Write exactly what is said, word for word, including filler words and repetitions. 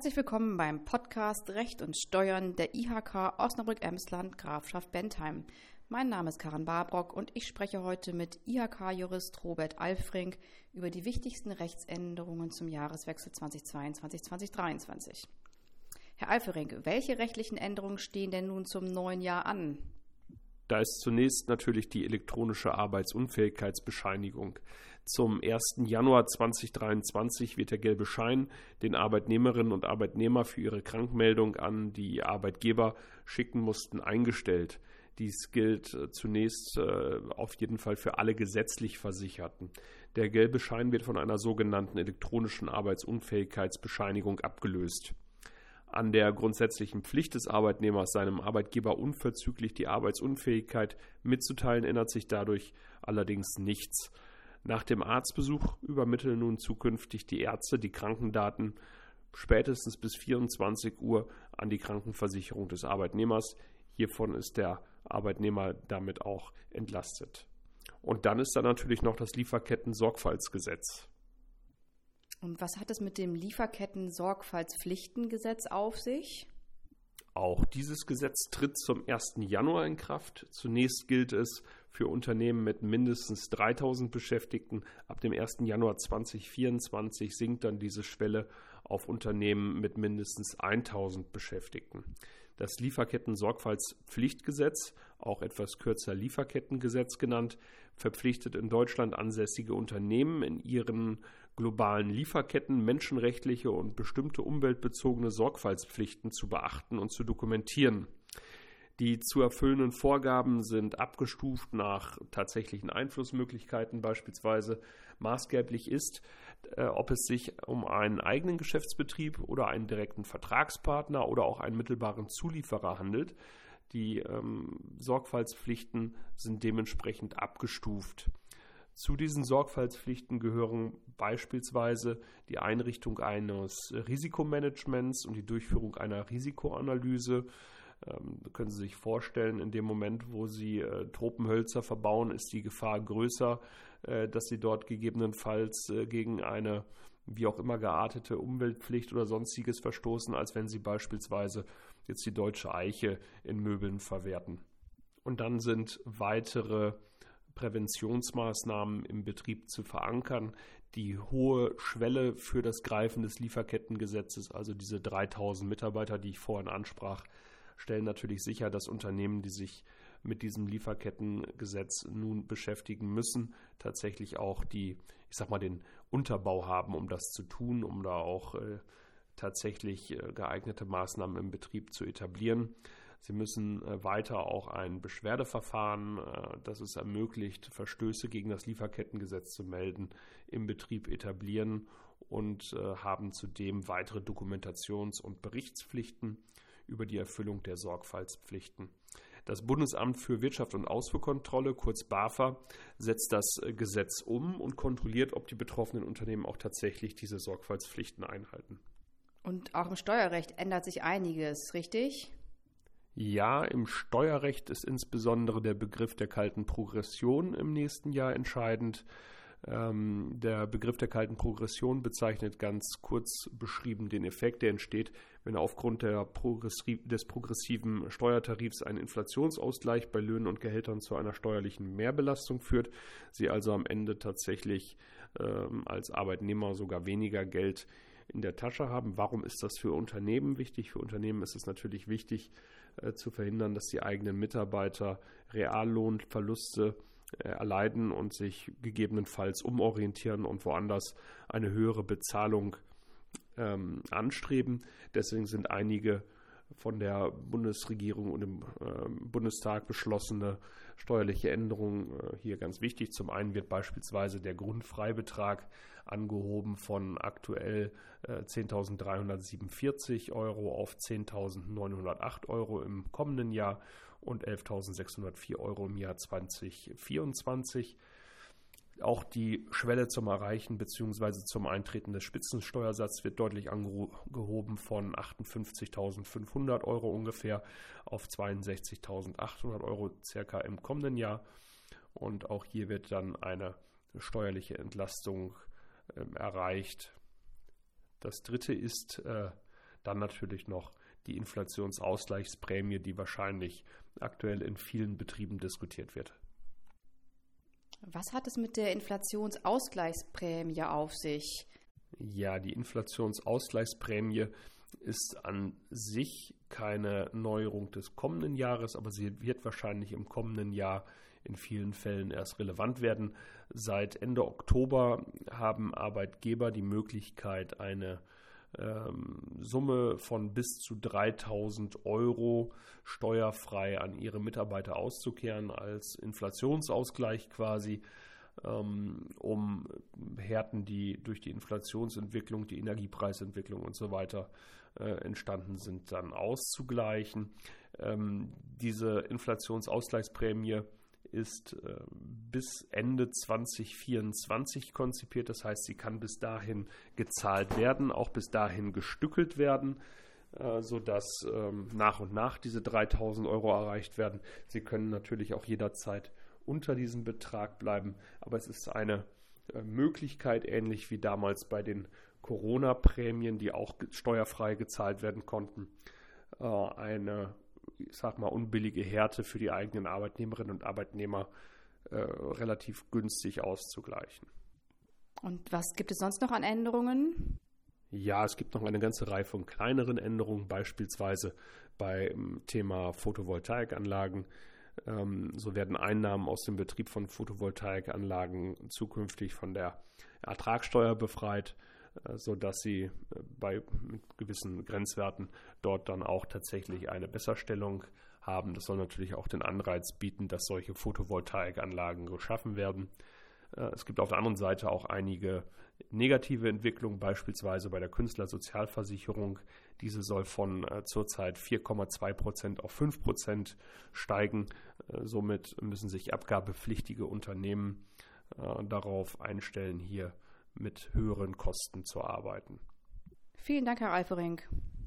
Herzlich willkommen beim Podcast Recht und Steuern der I H K Osnabrück-Emsland Grafschaft Bentheim. Mein Name ist Karin Barbrock und ich spreche heute mit I H K-Jurist Robert Alfrink über die wichtigsten Rechtsänderungen zum Jahreswechsel zweitausendzweiundzwanzig zweitausenddreiundzwanzig. Herr Alfrink, welche rechtlichen Änderungen stehen denn nun zum neuen Jahr an? Da ist zunächst natürlich die elektronische Arbeitsunfähigkeitsbescheinigung. Zum ersten Januar zweitausenddreiundzwanzig wird der gelbe Schein, den Arbeitnehmerinnen und Arbeitnehmer für ihre Krankmeldung an die Arbeitgeber schicken mussten, eingestellt. Dies gilt zunächst äh, auf jeden Fall für alle gesetzlich Versicherten. Der gelbe Schein wird von einer sogenannten elektronischen Arbeitsunfähigkeitsbescheinigung abgelöst. An der grundsätzlichen Pflicht des Arbeitnehmers, seinem Arbeitgeber unverzüglich die Arbeitsunfähigkeit mitzuteilen, ändert sich dadurch allerdings nichts. Nach dem Arztbesuch übermitteln nun zukünftig die Ärzte die Krankendaten spätestens bis vierundzwanzig Uhr an die Krankenversicherung des Arbeitnehmers. Hiervon ist der Arbeitnehmer damit auch entlastet. Und dann ist da natürlich noch das Lieferketten-Sorgfaltsgesetz. Und was hat es mit dem Lieferketten-Sorgfaltspflichtengesetz auf sich? Auch dieses Gesetz tritt zum ersten Januar in Kraft. Zunächst gilt es für Unternehmen mit mindestens dreitausend Beschäftigten. Ab dem ersten Januar zweitausendvierundzwanzig sinkt dann diese Schwelle auf Unternehmen mit mindestens tausend Beschäftigten. Das Lieferketten-Sorgfaltspflichtgesetz, auch etwas kürzer Lieferkettengesetz genannt, verpflichtet in Deutschland ansässige Unternehmen in ihren globalen Lieferketten menschenrechtliche und bestimmte umweltbezogene Sorgfaltspflichten zu beachten und zu dokumentieren. Die zu erfüllenden Vorgaben sind abgestuft nach tatsächlichen Einflussmöglichkeiten. Beispielsweise maßgeblich ist, äh, ob es sich um einen eigenen Geschäftsbetrieb oder einen direkten Vertragspartner oder auch einen mittelbaren Zulieferer handelt. Die ähm, Sorgfaltspflichten sind dementsprechend abgestuft. Zu diesen Sorgfaltspflichten gehören beispielsweise die Einrichtung eines Risikomanagements und die Durchführung einer Risikoanalyse. Ähm, können Sie sich vorstellen, in dem Moment, wo Sie äh, Tropenhölzer verbauen, ist die Gefahr größer, äh, dass Sie dort gegebenenfalls äh, gegen eine wie auch immer geartete Umweltpflicht oder sonstiges verstoßen, als wenn Sie beispielsweise jetzt die deutsche Eiche in Möbeln verwerten. Und dann sind weitere Präventionsmaßnahmen im Betrieb zu verankern. Die hohe Schwelle für das Greifen des Lieferkettengesetzes, also diese dreitausend Mitarbeiter, die ich vorhin ansprach, stellen natürlich sicher, dass Unternehmen, die sich mit diesem Lieferkettengesetz nun beschäftigen müssen, tatsächlich auch die, ich sag mal, den Unterbau haben, um das zu tun, um da auch äh, tatsächlich äh, geeignete Maßnahmen im Betrieb zu etablieren. Sie müssen äh, weiter auch ein Beschwerdeverfahren, äh, das es ermöglicht, Verstöße gegen das Lieferkettengesetz zu melden, im Betrieb etablieren und äh, haben zudem weitere Dokumentations- und Berichtspflichten über die Erfüllung der Sorgfaltspflichten. Das Bundesamt für Wirtschaft und Ausfuhrkontrolle, kurz BAFA, setzt das Gesetz um und kontrolliert, ob die betroffenen Unternehmen auch tatsächlich diese Sorgfaltspflichten einhalten. Und auch im Steuerrecht ändert sich einiges, richtig? Ja, im Steuerrecht ist insbesondere der Begriff der kalten Progression im nächsten Jahr entscheidend. Ähm, der Begriff der kalten Progression bezeichnet ganz kurz beschrieben den Effekt, der entsteht, wenn aufgrund der progressiv, des progressiven Steuertarifs ein Inflationsausgleich bei Löhnen und Gehältern zu einer steuerlichen Mehrbelastung führt, sie also am Ende tatsächlich ähm, als Arbeitnehmer sogar weniger Geld in der Tasche haben. Warum ist das für Unternehmen wichtig? Für Unternehmen ist es natürlich wichtig, äh, zu verhindern, dass die eigenen Mitarbeiter Reallohnverluste äh, erleiden und sich gegebenenfalls umorientieren und woanders eine höhere Bezahlung ähm, anstreben. Deswegen sind einige von der Bundesregierung und im äh, Bundestag beschlossene steuerliche Änderungen äh, hier ganz wichtig. Zum einen wird beispielsweise der Grundfreibetrag angehoben von aktuell äh, zehntausenddreihundertsiebenundvierzig Euro auf zehntausendneunhundertacht Euro im kommenden Jahr und elftausendsechshundertvier Euro im Jahr zweitausendvierundzwanzig. Auch die Schwelle zum Erreichen bzw. zum Eintreten des Spitzensteuersatzes wird deutlich angehoben von achtundfünfzigtausendfünfhundert Euro ungefähr auf zweiundsechzigtausendachthundert Euro circa im kommenden Jahr. Und auch hier wird dann eine steuerliche Entlastung äh, erreicht. Das dritte ist äh, dann natürlich noch die Inflationsausgleichsprämie, die wahrscheinlich aktuell in vielen Betrieben diskutiert wird. Was hat es mit der Inflationsausgleichsprämie auf sich? Ja, die Inflationsausgleichsprämie ist an sich keine Neuerung des kommenden Jahres, aber sie wird wahrscheinlich im kommenden Jahr in vielen Fällen erst relevant werden. Seit Ende Oktober haben Arbeitgeber die Möglichkeit, eine ähm, Summe von bis zu dreitausend Euro steuerfrei an ihre Mitarbeiter auszukehren als Inflationsausgleich quasi, ähm, um Härten, die durch die Inflationsentwicklung, die Energiepreisentwicklung und so weiter äh, entstanden sind, dann auszugleichen. Ähm, diese Inflationsausgleichsprämie ist äh, bis Ende zwanzig vierundzwanzig konzipiert. Das heißt, sie kann bis dahin gezahlt werden, auch bis dahin gestückelt werden, äh, sodass ähm, nach und nach diese dreitausend Euro erreicht werden. Sie können natürlich auch jederzeit unter diesem Betrag bleiben, aber es ist eine äh, Möglichkeit, ähnlich wie damals bei den Corona-Prämien, die auch ge- steuerfrei gezahlt werden konnten, äh, eine ich sag mal, unbillige Härte für die eigenen Arbeitnehmerinnen und Arbeitnehmer äh, relativ günstig auszugleichen. Und was gibt es sonst noch an Änderungen? Ja, es gibt noch eine ganze Reihe von kleineren Änderungen, beispielsweise beim Thema Photovoltaikanlagen. Ähm, so werden Einnahmen aus dem Betrieb von Photovoltaikanlagen zukünftig von der Ertragssteuer befreit, sodass sie bei gewissen Grenzwerten dort dann auch tatsächlich eine Besserstellung haben. Das soll natürlich auch den Anreiz bieten, dass solche Photovoltaikanlagen geschaffen werden. Es gibt auf der anderen Seite auch einige negative Entwicklungen, beispielsweise bei der Künstlersozialversicherung. Diese soll von zurzeit vier Komma zwei Prozent auf fünf Prozent steigen. Somit müssen sich abgabepflichtige Unternehmen darauf einstellen, hier mit höheren Kosten zu arbeiten. Vielen Dank, Herr Alfering.